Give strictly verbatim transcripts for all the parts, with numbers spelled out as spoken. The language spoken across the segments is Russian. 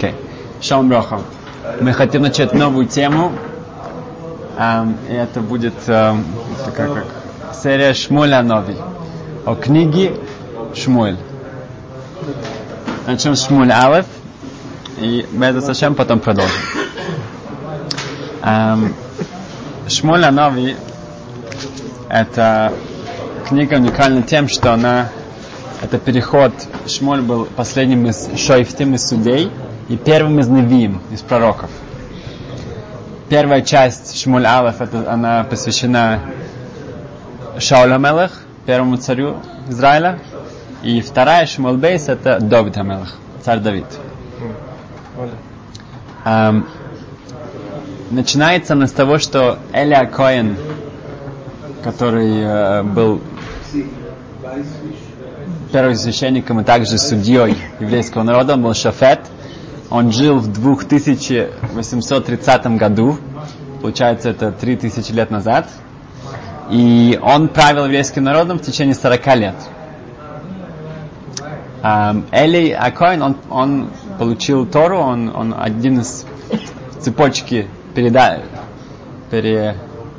Окей. Шалом броха. Мы хотим начать новую тему. Um, и это будет um, такая как серия Шмуэль Анови. О книге Шмуэль. Начнем с Шмуэль Алеф. И без Ашем потом продолжим. Um, Шмуэль Анови это книга уникальна тем, что она это переход. Шмуэль был последним из шоифтим, из судей, и первым из невиим, из пророков. Первая часть Шмуэль Алеф, это, она посвящена Шауль ха-Мелех, первому царю Израиля. И вторая Шмуэль Бейс, это Давид ха-Мелех, царь Давид. Um, начинается она с того, что Элия Коэн, который uh, был первосвященником и также судьей еврейского народа, он был шафет. Он жил в две тысячи восемьсот тридцатом году, получается, это три тысячи лет назад. И он правил еврейским народом в течение сорока лет. Um, Эли ха-Коэн, он, он получил Тору, он, он один из цепочки переда... пере...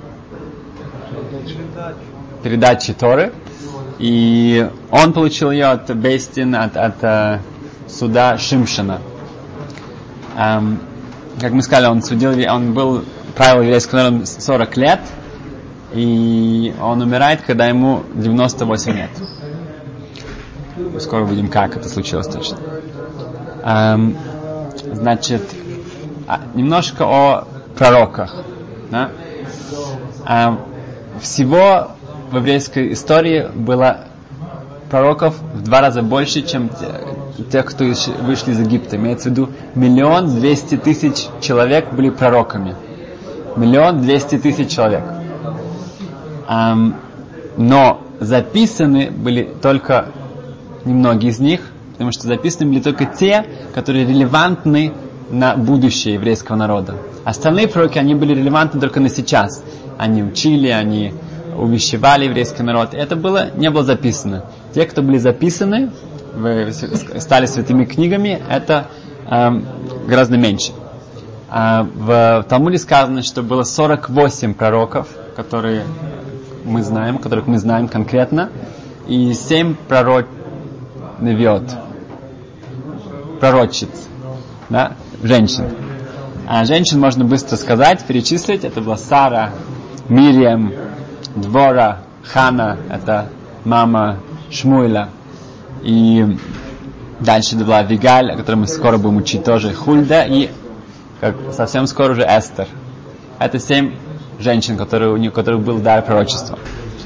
передачи Торы. И он получил ее от Бейстин, от, от uh, суда Шимшона. Um, как мы сказали, он судил, он был правил еврейским народом сорок лет, и он умирает, когда ему девяносто восемь лет. Мы скоро увидим, как это случилось точно. Um, значит, немножко о пророках. Да? Um, всего в еврейской истории было пророков в два раза больше, чем тех, кто вышли из Египта. Имеется в виду, миллион двести тысяч человек были пророками. Миллион двести тысяч человек. Um, но записаны были только немногие из них, потому что записаны были только те, которые релевантны на будущее еврейского народа. Остальные пророки, они были релевантны только на сейчас. Они учили, они увещевали еврейский народ. Это было, не было записано. Те, кто были записаны, стали святыми книгами, это э, гораздо меньше. А в Талмуде сказано, что было сорок восемь пророков, которые мы знаем, которых мы знаем конкретно, и семь пророк невиот, пророчиц, да, женщин. А женщин можно быстро сказать, перечислить. Это была Сара, Мириам, Двора, Хана, это мама Шмуэля. И дальше была Авигаль, о которой мы скоро будем учить тоже, Хульда, и как, совсем скоро уже Эстер. Это семь женщин, которые, у которых был дар пророчества.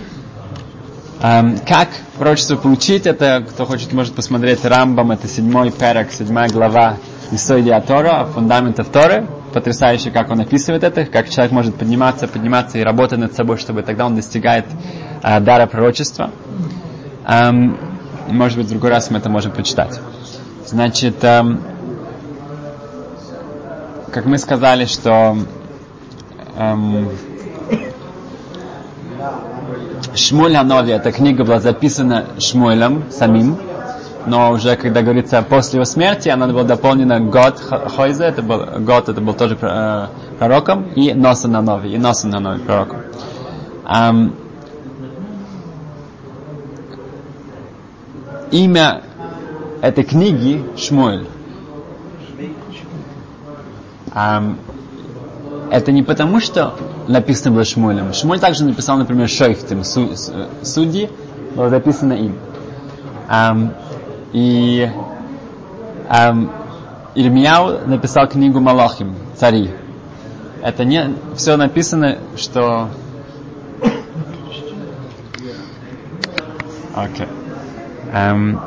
Um, как пророчество получить? Это, кто хочет, может посмотреть Рамбам, это седьмой перек, седьмая глава Исойдия Тора, фундаментов Торы. Потрясающе, как он описывает это, как человек может подниматься, подниматься и работать над собой, чтобы тогда он достигает uh, дара пророчества. Um, может быть, в другой раз мы это можем прочитать. Значит, um, как мы сказали, что um, Шмуэль ха-Нови, эта книга была записана Шмуэлем самим, но уже, когда говорится, после его смерти, она была дополнена Год Хойзе, это был, Год, это был тоже э, пророком, и Носан ха-Нови, и Носан ха-Нови пророком. Um, имя этой книги Шмуэль. Um, это не потому, что написано было Шмуэлем. Шмуэль также написал, например, Шоифтим, су, судьи, было записано им. Um, и um, Ирмияу написал книгу Малахим, цари. Это не все написано, что... Okay. Um,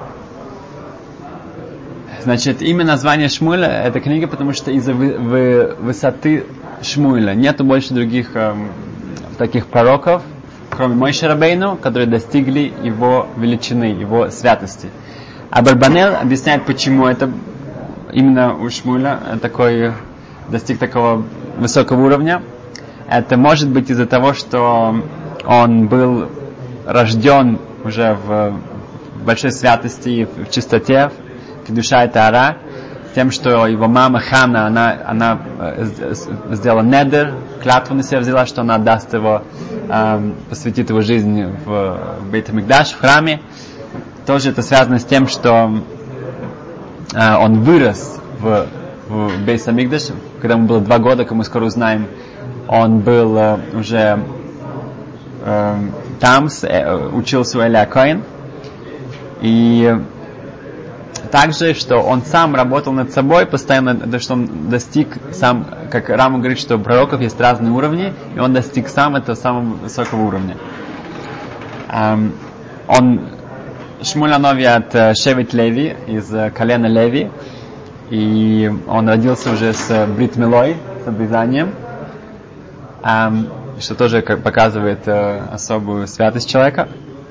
значит, имя названия Шмуэля это книга, потому что из-за вы, вы, высоты Шмуэля нету больше других эм, таких пророков, кроме Моше Рабейну, которые достигли его величины, его святости. А Барбанель объясняет, почему это именно у Шмуэля такой, достиг такого высокого уровня. Это может быть из-за того, что он был рожден уже в большой святости, в чистоте, в душа и таара, тем, что его мама Хана, она, она сделала недер, клятву на себя взяла, что она отдаст его, э, посвятит его жизнь в Бейт-Микдаш, в храме. Тоже это связано с тем, что э, он вырос в, в Бейт-Микдаш, когда ему было два года, как мы скоро узнаем, он был э, уже э, там, э, учился у Эля Коэн. И также, что он сам работал над собой постоянно, что он достиг сам, как Рама говорит, что у пророков есть разные уровни, и он достиг сам этого самого высокого уровня. Um, он Шмуль Анови от Шевет Леви, из колена Леви, и он родился уже с Брит Милой, с обрезанием, um, что тоже как показывает uh, особую святость человека.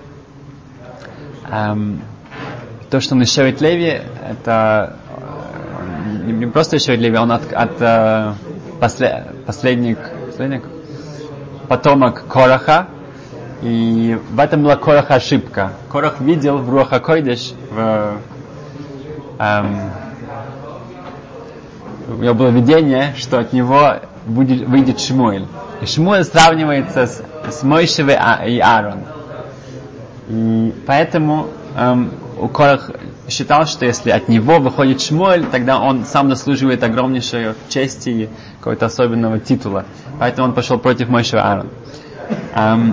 Um, То, что он из Шевет Леви, это не, не просто из Шевет Леви, он от, от uh, после, последник, последник, потомок Кораха, и в этом была Кораха ошибка. Корах видел в Руах ха-Койдеш, в, um, у него было видение, что от него будет, выйдет Шмуэль. И Шмуэль сравнивается с, с Мойшевой и Аарон. И поэтому um, у Корах считал, что если от него выходит Шмуэль, тогда он сам заслуживает огромнейшей чести и какого-то особенного титула. Поэтому он пошел против Мойше и Аарона. Um,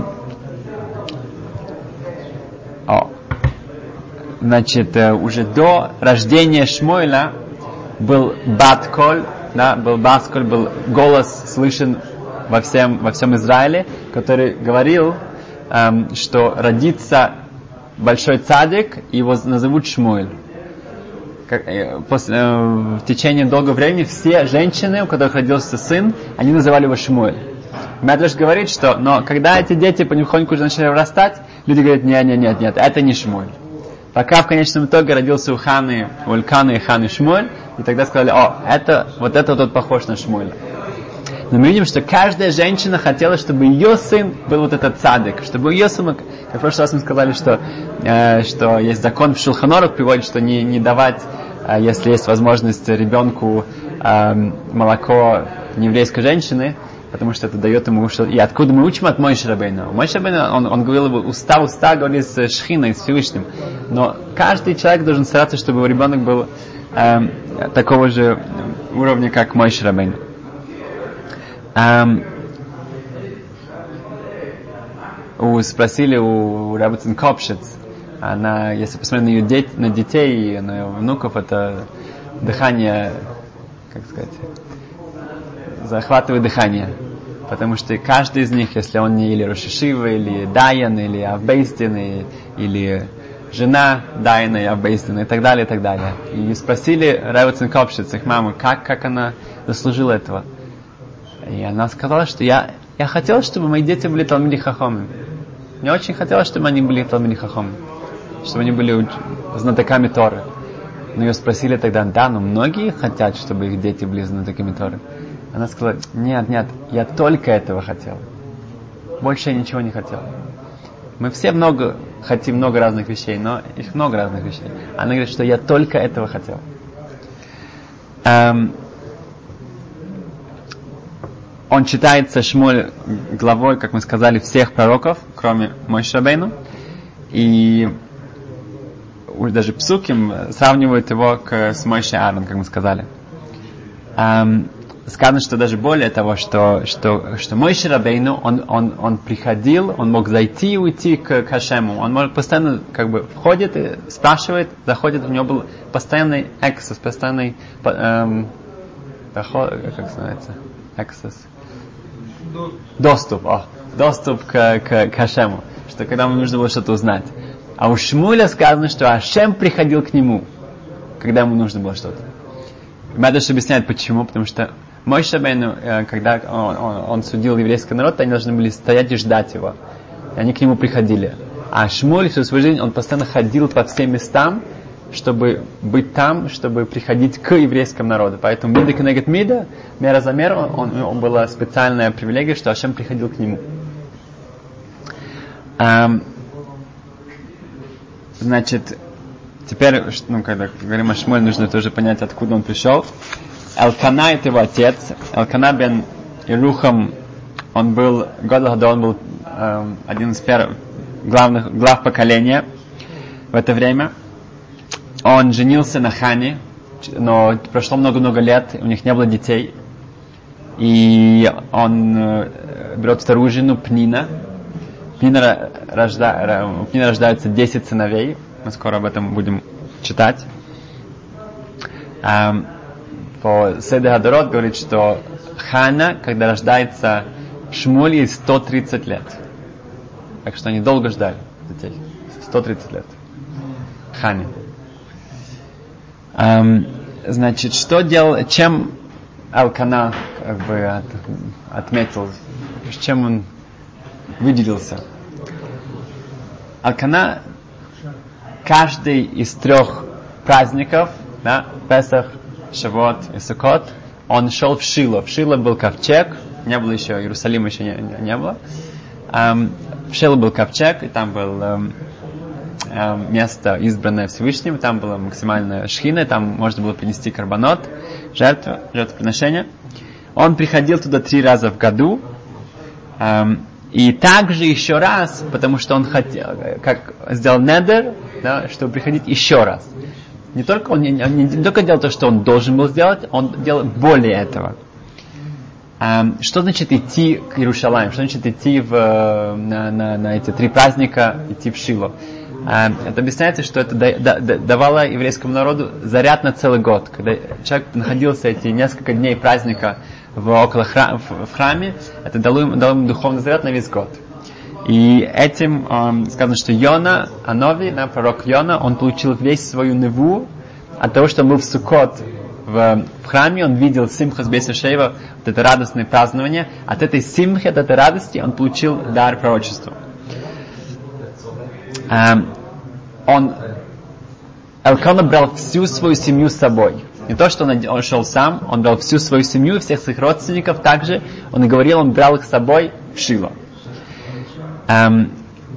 о. Значит, уже до рождения Шмуэля был Бат-Коль, да, был Бат-Коль, был голос слышен во всем, во всем Израиле, который говорил, um, что родится большой цадик, его назовут Шмуэль. Как, э, после, э, в течение долгого времени все женщины, у которых родился сын, они называли его Шмуэль. Медраш говорит, что, но когда эти дети потихоньку уже начали вырастать, люди говорят, нет, нет, нет, нет, это не Шмуэль. Пока в конечном итоге родился у Ханы, у Эльканы и Ханы Шмуэль, и тогда сказали, о, это, вот это вот похож на Шмуэля. Но мы видим, что каждая женщина хотела, чтобы ее сын был вот этот цадик, чтобы ее сын, как в прошлый раз мы сказали, что, э, что есть закон в Шулхан Арух, приводит, что не, не давать, э, если есть возможность ребенку э, молоко нееврейской женщины, потому что это дает ему... И откуда мы учим? От Мойше Рабейну. Мойше Рабейну, он, он говорил, уста уста говорит с Шхиной, с Всевышним. Но каждый человек должен стараться, чтобы его ребенок был э, такого же уровня, как Мойше Рабейну. Um, у, спросили у Рабби Цинкопшиц, она, если посмотреть на ее деть, на детей и на ее внуков, это дыхание, как сказать, захватывает дыхание. Потому что каждый из них, если он не или Рош ха-Йешива, или Даян, или Авбейстин, или жена Даяна и Авбейстина, и так далее, и так далее. И спросили Рабби Цинкопшиц, их маму, как, как она заслужила этого. И она сказала, что я, я хотела, чтобы мои дети были Талмиди Хахомим. Мне очень хотелось, чтобы они были Талмиди Хахомим. Чтобы они были знатоками Торы. Но ее спросили тогда, да, но многие хотят, чтобы их дети были знатоками Торы. Она сказала, нет, нет, я только этого хотела. Больше я ничего не хотела. Мы все много хотим много разных вещей, но их много разных вещей. Она говорит, что я только этого хотела. Эм, Он считается Шмуэль главой, как мы сказали, всех пророков, кроме Мойше Рабейну. И даже Псуким сравнивают его к, с Мойше Аарон, как мы сказали. Um, сказано, что даже более того, что, что, что Мойше Рабейну, он, он, он приходил, он мог зайти и уйти к, к Хашему. Он может постоянно как бы входит и спрашивает, заходит, у него был постоянный эксес, постоянный эм, доход, как называется? Эксес. Доступ, о, доступ к, к, к Хашему, что когда ему нужно было что-то узнать. А у Шмуэля сказано, что Хашем приходил к нему, когда ему нужно было что-то. Медраш объясняет, почему, потому что Мойше Рабейну, когда он, он, он судил еврейский народ, они должны были стоять и ждать его. И они к нему приходили. А Шмуэль всю свою жизнь, он постоянно ходил по всем местам, чтобы быть там, чтобы приходить к еврейскому народу. Поэтому Мида Кенегет Мида, мера за меру, он, он была специальная привилегия, что Хашем приходил к нему. Um, значит, теперь, ну, когда говорим о Шмуэле, нужно тоже понять, откуда он пришел. Элкана — это его отец. Элкана бен Ирухам, он был, года он был э, один из первых главных, глав поколения в это время. Он женился на Хане, но прошло много-много лет, у них не было детей. И он э, берет вторую жену, Пнина. Пнина, рожда, у Пнина рождаются десять сыновей. Мы скоро об этом будем читать. Um, по Седе Хадорот говорит, что Хана, когда рождается Шмуль, ей сто тридцать лет. Так что они долго ждали детей. сто тридцать лет. Хане. Um, значит, что делал, чем Элкана как бы от, отметил, чем он выделился? Элкана каждый из трех праздников, да, Песах, Шавот и Суккот, он шел в Шило. В Шило был ковчег, не было еще, Иерусалима еще не, не, не было. Um, в Шило был ковчег, и там было um, um, место, избранное Всевышним, там была максимальная шхина, там можно было принести карбонот, жертву, жертвоприношение. Он приходил туда три раза в году, um, и также еще раз, потому что он хотел, как сделал недер, да, чтобы приходить еще раз. Не только он не, не, не только делал то, что он должен был сделать, он делал более этого. Um, что значит идти к Иерусалиму? Что значит идти в, на, на, на эти три праздника, идти в Шило? Um, это объясняется, что это да, да, да, давало еврейскому народу заряд на целый год. Когда человек находился эти несколько дней праздника в, около храм, в, в храме, это дало ему, дало ему духовный заряд на весь год. И этим um, сказано, что Йона, Анови, да, пророк Йона, он получил весь свою неву от того, что он был в Суккот, в, в храме, он видел Симхас Бейс Шейва, вот это радостное празднование. От этой симхи, от этой радости он получил дар пророчества. Um, он, Элкана брал всю свою семью с собой. Не то, что он, он шел сам, он брал всю свою семью, всех своих родственников также. Он и говорил, он брал их с собой в Шило. Um,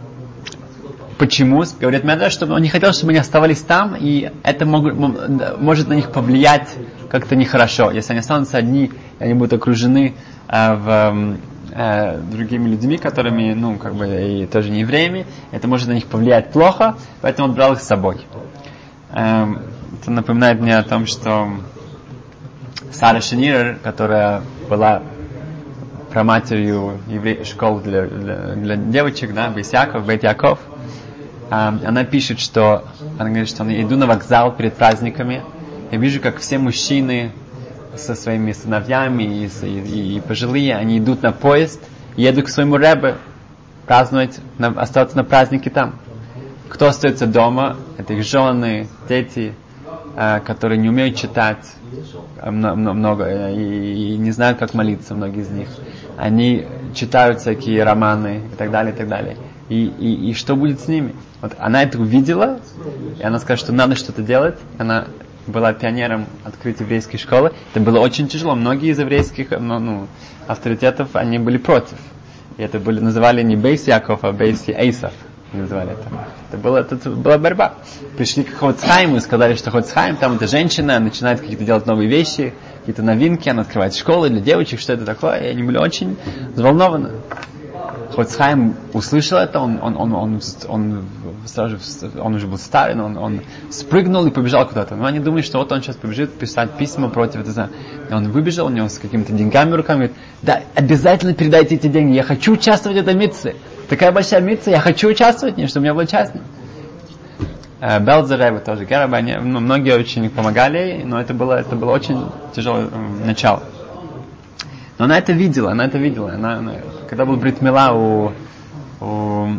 почему? Говорит Медраш, что он не хотел, чтобы они оставались там, и это мог, может на них повлиять как-то нехорошо. Если они останутся одни, они будут окружены uh, в, uh, другими людьми, которыми, ну, как бы, и тоже не евреями, это может на них повлиять плохо, поэтому он брал их с собой. Um, это напоминает мне о том, что Сара Шенирер, которая была праматерью евре... школ для, для, для девочек, да, Бейс Яков, Бейт Яков, um, она пишет, что она говорит, что я иду на вокзал перед праздниками, я вижу, как все мужчины со своими сыновьями и, и, и пожилые, они идут на поезд, едут к своему ребе праздновать, на, остаться на празднике там. Кто остается дома, это их жены, дети, э, которые не умеют читать много и, и не знают, как молиться, многие из них. Они читают всякие романы и так далее, и так далее. И, и, и что будет с ними? Вот она это увидела, и она сказала, что надо что-то делать. Она была пионером открытия еврейской школы. Это было очень тяжело. Многие из еврейских ну, ну, авторитетов, они были против. И это были, называли не Бейс Яков, а Бейс Эйсов. Называли это. Это, было, это была борьба. Пришли к Хоцхайму и сказали, что Хоцхайм, там эта женщина начинает какие-то делать новые вещи, какие-то новинки, она открывает школы для девочек, что это такое. И они были очень взволнованы. Хоцхайм услышал это, он, он, он, он, он, сразу, он уже был старый, но он, он спрыгнул и побежал куда-то. Но они думали, что вот он сейчас побежит писать письма против этого. И он выбежал, у него с какими-то деньгами в руках, говорит, да, обязательно передайте эти деньги, я хочу участвовать в этой митцве. Такая большая митцва, я хочу участвовать в ней, чтобы у меня был участник. Белзер Ребе тоже, Гераба, ну, многие очень помогали, но это было, это было очень тяжелое э, начало. Но она это видела, она это видела. Она, она, когда был Брит Мила у, у, у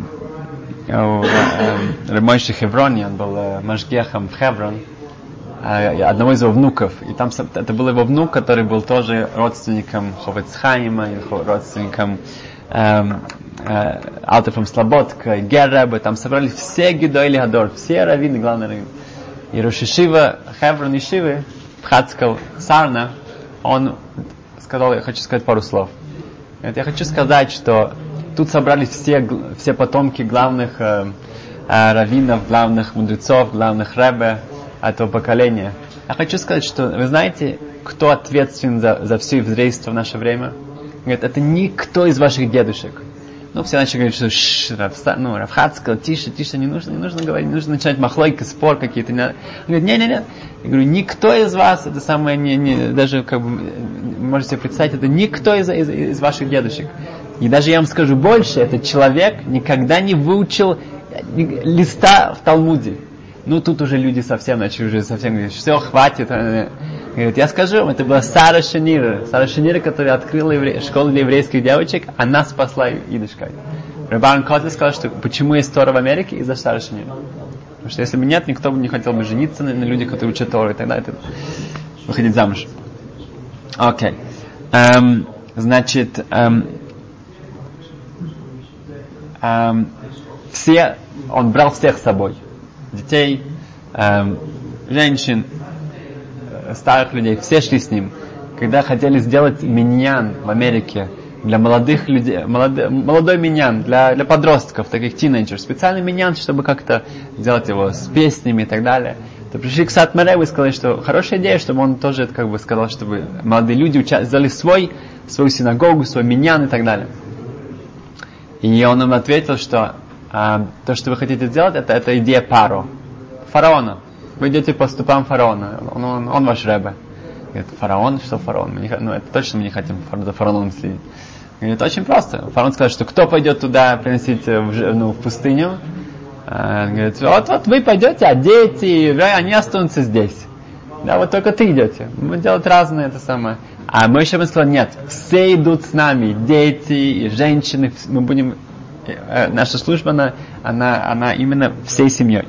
э, Ремойши Хеврони, он был э, Машгехом в Хеврон, э, одного из его внуков. И там это был его внук, который был тоже родственником Ховецхайма, родственником э, э, Алтефом Слободка, Герреба. Там собрались все Гидойли Гадор, все раввины, главный раввин. И Рош Ешива, Хеврон Ешивы, Пхацкал Сарна, он сказал, я хочу сказать пару слов. Я хочу сказать, что тут собрались все, все потомки главных э, э, раввинов, главных мудрецов, главных рэбе этого поколения. Я хочу сказать, что вы знаете, кто ответственен за, за все еврейство в наше время? Говорит, это никто из ваших дедушек. Ну, все начали говорить, что шш, Раф, ну, Рафхат сказал, тише, тише, не нужно, не нужно говорить, не нужно начинать махлойки, спор какие-то. Он говорит, не-не-не. Я говорю, никто из вас, это самое, не, не, даже, как бы, можете представить, это никто из, из, из ваших дедушек. И даже я вам скажу больше, этот человек никогда не выучил листа в Талмуде. Ну, тут уже люди совсем начали, уже совсем говорить, все, хватит. Говорит, я скажу вам, это была Сара Шенира. Сара Шенира, которая открыла евре... школу для еврейских девочек, она спасла Идишкайт. Рабан Котли сказал, что почему есть Тора в Америке? Из-за Сары Шенира. Потому что если бы нет, никто бы не хотел бы жениться на, на людях, которые учат Тору, и тогда это выходить замуж. Окей. Okay. Um, значит, um, um, все, он брал всех с собой. Детей, um, женщин, старых людей, все шли с ним. Когда хотели сделать миньян в Америке для молодых людей, молодой, молодой миньян, для, для подростков, таких тинейджеров, специальный миньян, чтобы как-то сделать его с песнями и так далее, то пришли к Сатмареву и сказали, что хорошая идея, чтобы он тоже как бы сказал, чтобы молодые люди уча- сделали свой, свою синагогу, свой миньян и так далее. И он им ответил, что а, то, что вы хотите сделать, это, это идея Паро, фараона. Вы идете по стопам фараона, он, он, он ваш рэбе. Говорит, фараон? Что фараон? Мы не, ну, это точно мы не хотим за фараоном следить. Говорит, очень просто. Фараон сказал, что кто пойдет туда приносить в, ну, в пустыню? А, говорит, вот, вот вы пойдете, а дети, они останутся здесь. Да, вот только ты идете. Мы делать разное, это самое. А мы еще бы сказали, нет, все идут с нами, дети и женщины, мы будем, э, наша служба, она, она, она именно всей семьей.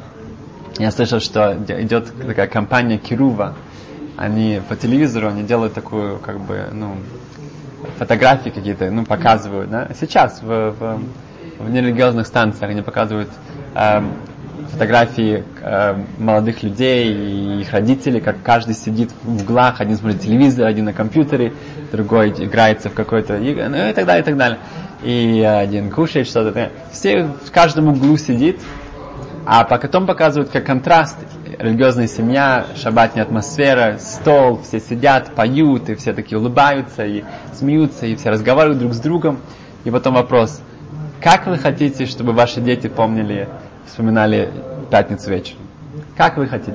Я слышал, что идет такая компания Кирува. Они по телевизору, они делают такую, как бы, ну, фотографии какие-то, ну, показывают, да. Сейчас в, в, в нерелигиозных станциях они показывают э, фотографии э, молодых людей и их родителей, как каждый сидит в углах, один смотрит телевизор, один на компьютере, другой играется в какой-то игры, ну, и так далее, и так далее. И один кушает что-то. Все в каждом углу сидит. А потом показывают как контраст, религиозная семья, шаббатная атмосфера, стол, все сидят, поют, и все такие улыбаются, и смеются, и все разговаривают друг с другом. И потом вопрос, как вы хотите, чтобы ваши дети помнили, вспоминали пятницу вечером? Как вы хотите?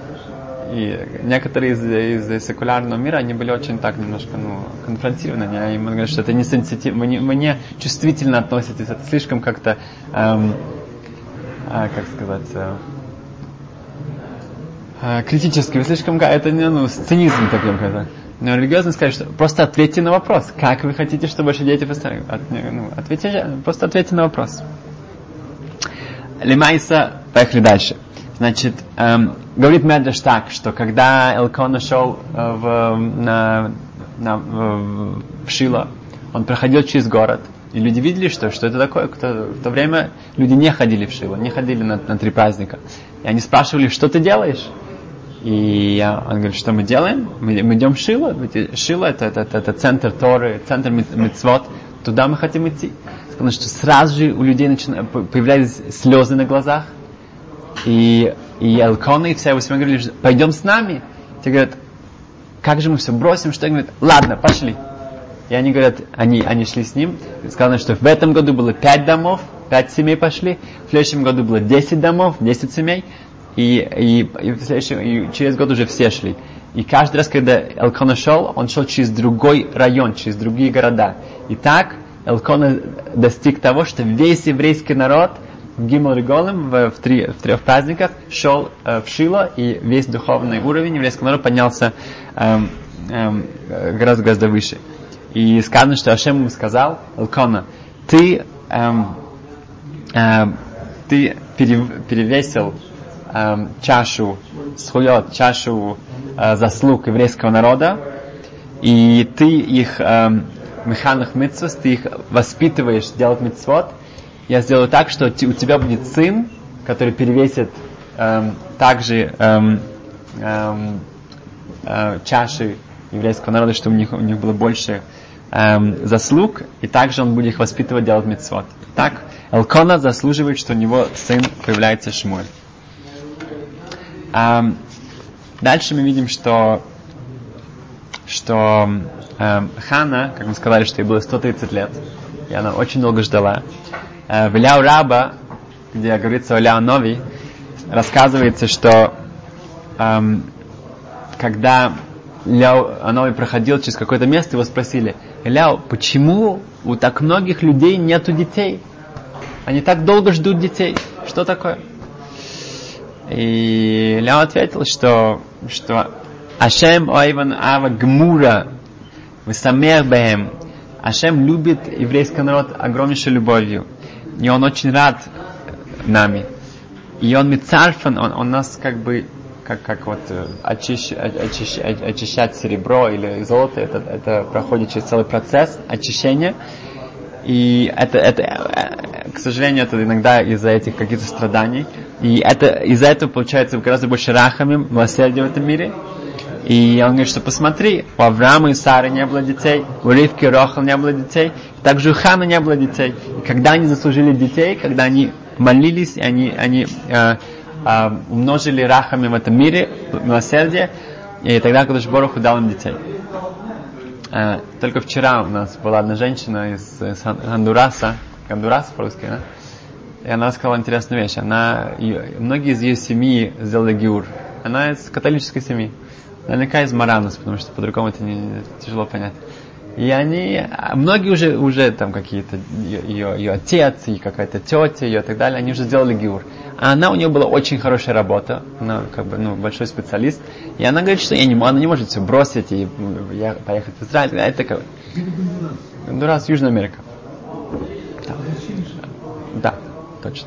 И некоторые из, из секулярного мира, они были очень так немножко, ну, конфронтированы. Они говорят, что это не сенситив, вы не, вы не чувствительно относитесь, это слишком как-то... Эм, А, как сказать, а, а, критически, вы слишком, это не, ну, цинизм таким какой-то. Но религиозно сказать, что просто ответьте на вопрос, как вы хотите, чтобы ваши дети поставили. От, ну, ответьте, просто ответьте на вопрос. Лемайса, поехали дальше. Значит, эм, говорит Медраш так, что когда Элкона шел э, в, на, на, в, в Шило, он проходил через город. И люди видели, что, что это такое. Кто, в то время люди не ходили в Шило, не ходили на, на три праздника. И они спрашивали, что ты делаешь? И я, он говорит, что мы делаем? Мы, мы идем в Шило. Ведь Шило это, это, это, это центр Торы, центр мицвот. Туда мы хотим идти. Сказано, что сразу же у людей начина, появлялись слезы на глазах. И, и Элкона, и вся его семья говорили, пойдем с нами. Те говорят, как же мы все бросим? Что? Они говорят, ладно, пошли. И они говорят, они, они шли с ним. Сказано, что в этом году было пять домов, пять семей пошли. В следующем году было десять домов, десять семей. И, и, и, в следующем, и через год уже все шли. И каждый раз, когда Элкона шел, он шел через другой район, через другие города. И так Элкона достиг того, что весь еврейский народ в Гимл Реголем, в, в, три, в трех праздниках, шел э, в Шило, и весь духовный уровень еврейского народа поднялся эм, эм, гораздо-гораздо выше. И сказано, что Ашем ему сказал, Элкона, ты, эм, эм, ты перевесил эм, чашу схуйот, чашу э, заслуг еврейского народа, и ты их эм, механах митцвот, ты их воспитываешь делать митцвот. Я сделаю так, что у тебя будет сын, который перевесит эм, также эм, эм, э, чаши еврейского народа, чтобы у них, у них было больше эм, заслуг, и также он будет их воспитывать делать мицвот. Так, Элкона заслуживает, что у него сын появляется Шмуэль. Эм, дальше мы видим, что, что эм, Хана, как мы сказали, что ей было сто тридцать лет, и она очень долго ждала. Э, в Ляу Раба, где говорится о Ляу Нови, рассказывается, что эм, когда Ляу Нови проходил через какое-то место, его спросили: Ляу, почему у так многих людей нету детей? Они так долго ждут детей. Что такое? И Ляу ответил, что, что Ашем ойван ава гмура весамех бэм. Ашем любит еврейский народ огромнейшей любовью. И он очень рад нами. И он мицарфан, он, он нас как бы, как, как вот очищ, очищ, очищать серебро или золото, это, это проходит через целый процесс очищения. И это, это, к сожалению, это иногда из-за этих каких-то страданий. И это, из-за этого получается гораздо больше рахамим, милосердия в этом мире. И он говорит, что посмотри, у Авраама и Сары не было детей, у Ривки и Рохал не было детей, также у Ханы не было детей. И когда они заслужили детей, когда они молились, они, они э, э, умножили рахами в этом мире, милосердие, и тогда Кадош Барух дал им детей. Э, только вчера у нас была одна женщина из, из Гондураса, Гондурас по-русски, да? И она сказала интересную вещь. Она, ее, многие из ее семьи сделали гиур. Она из католической семьи. Наверняка из Маранус, потому что по-другому это не, не, тяжело понять. И они, многие уже, уже там какие-то, ее, ее, ее отец и какая-то тетя ее и так далее, они уже сделали гиур. А она, у нее была очень хорошая работа, она как бы, ну, большой специалист. И она говорит, что я не, она не может все бросить и я, поехать в Израиль. Это как... Гондурас, Южная Америка. Да, да, точно.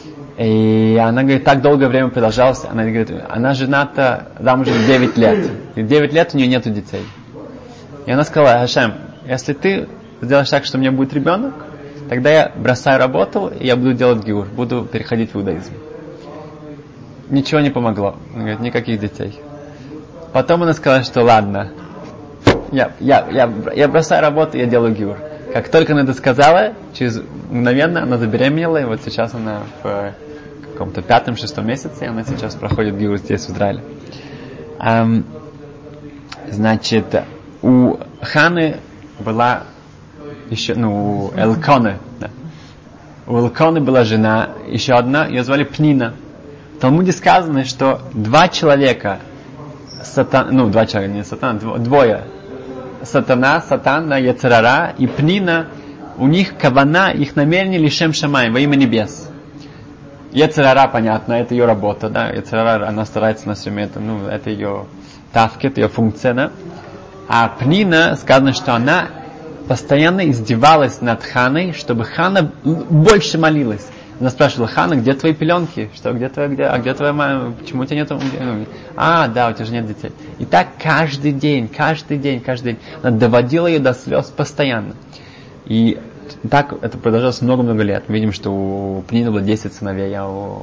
И она говорит, так долгое время продолжалось. Она говорит, она жената замужем девять лет. И девять лет у нее нету детей. И она сказала: Ашем, если ты сделаешь так, что у меня будет ребенок, тогда я бросаю работу, и я буду делать гиур, буду переходить в иудаизм. Ничего не помогло. Она говорит, никаких детей. Потом она сказала, что ладно, я, я, я, я бросаю работу, я делаю гиур. Как только она это сказала, через мгновенно она забеременела, и вот сейчас она в каком-то пятом-шестом месяце, и она сейчас проходит гиур здесь, в Израиле. Um, значит, у Ханы была еще, ну, у Элконы, да. У Элконы была жена, еще одна, ее звали Пнина. В Талмуде сказано, что два человека, сатан, ну, два человека, не сатан, двое, Сатана, Сатан, да, Яцерара и Пнина, у них кавана, их намерение лишем шамаем, во имя небес. Яцерара, понятно, это ее работа, да, Яцерара, она старается на все это, ну, это ее тафкет, ее функция, да. А Пнина, сказано, что она постоянно издевалась над Ханой, чтобы Хана больше молилась. Она спрашивала: Хана, где твои пеленки? Что, где твоя, где, а где твоя мама? Почему у тебя нет? А, да, у тебя же нет детей. И так каждый день, каждый день, каждый день. Она доводила ее до слез постоянно. И так это продолжалось много-много лет. Мы видим, что у Пнины было десять сыновей. А у...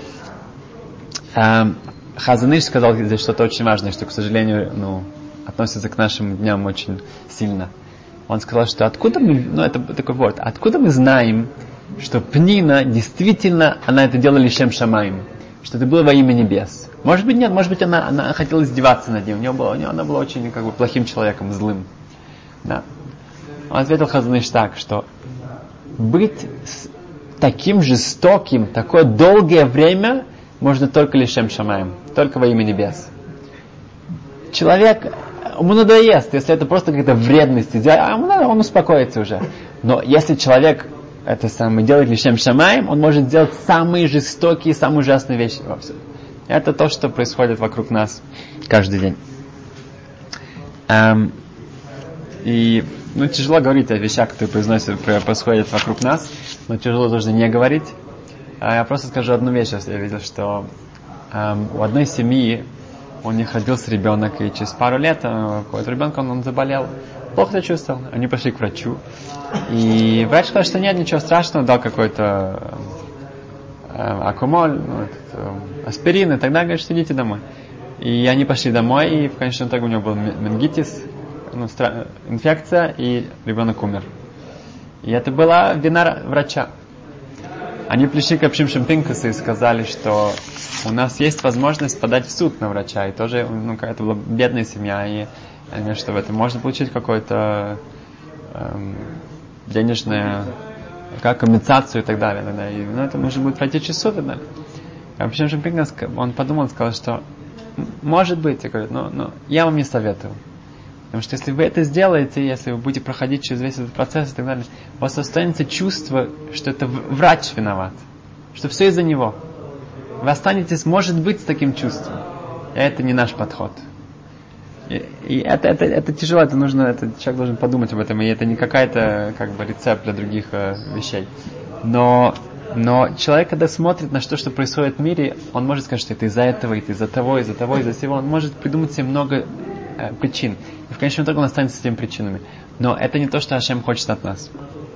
а, Хазаныш сказал здесь что-то очень важное, что, к сожалению, ну, относится к нашим дням очень сильно. Он сказал, что откуда мы, ну это такой вот, откуда мы знаем, что Пнина действительно, она это делала лишем шамаим, что это было во имя небес. Может быть, нет, может быть, она, она хотела издеваться над ним, у нее было, у нее, она была очень как бы плохим человеком, злым. Да. Он ответил Хазаныш так, что быть таким жестоким, такое долгое время можно только лишем шамаим, только во имя небес. Человек, ему надоест, если это просто какая-то вредность, а он успокоится уже. Но если человек это самое делает лишем шамаим, он может сделать самые жестокие, самые ужасные вещи во всем. Это то, что происходит вокруг нас каждый день. Эм, и ну, тяжело говорить о вещах, которые произносят, происходят вокруг нас, но тяжело тоже не говорить. А я просто скажу одну вещь. Я видел, что эм, у одной семьи у них родился ребенок, и через пару лет э, какой-то ребенок, он, он заболел, плохо себя чувствовал. Они пошли к врачу, и врач сказал, что нет, ничего страшного, дал какой-то э, акумоль, ну, этот, э, аспирин, и тогда говорит, что идите домой. И они пошли домой, и в конечном итоге у него был менингитис, ну, стра... инфекция, и ребенок умер. И это была вина врача. Они пришли к Рабшимшон Пинкусу и сказали, что у нас есть возможность подать в суд на врача. И тоже, ну, это была бедная семья, и они говорят, что в этом можно получить какое-то эм, денежное, как компенсацию и так далее. И, так далее. И, ну, это нужно будет пройти через суд и так далее. Рабшимшон Пинкус, он подумал и сказал, что может быть, я говорю, но, но я вам не советую. Потому что если вы это сделаете, если вы будете проходить через весь этот процесс и так далее, у вас останется чувство, что это врач виноват, что все из-за него. Вы останетесь, может быть, с таким чувством. И это не наш подход. И, и это, это, это тяжело, это нужно, это, человек должен подумать об этом, и это не какая-то как бы рецепт для других э, вещей. Но, но человек, когда смотрит на то, что происходит в мире, он может сказать, что это из-за этого, это из-за того, из-за того, из-за всего. Он может придумать себе много э, причин. И в конечном итоге он останется с теми причинами. Но это не то, что Ашем хочет от нас.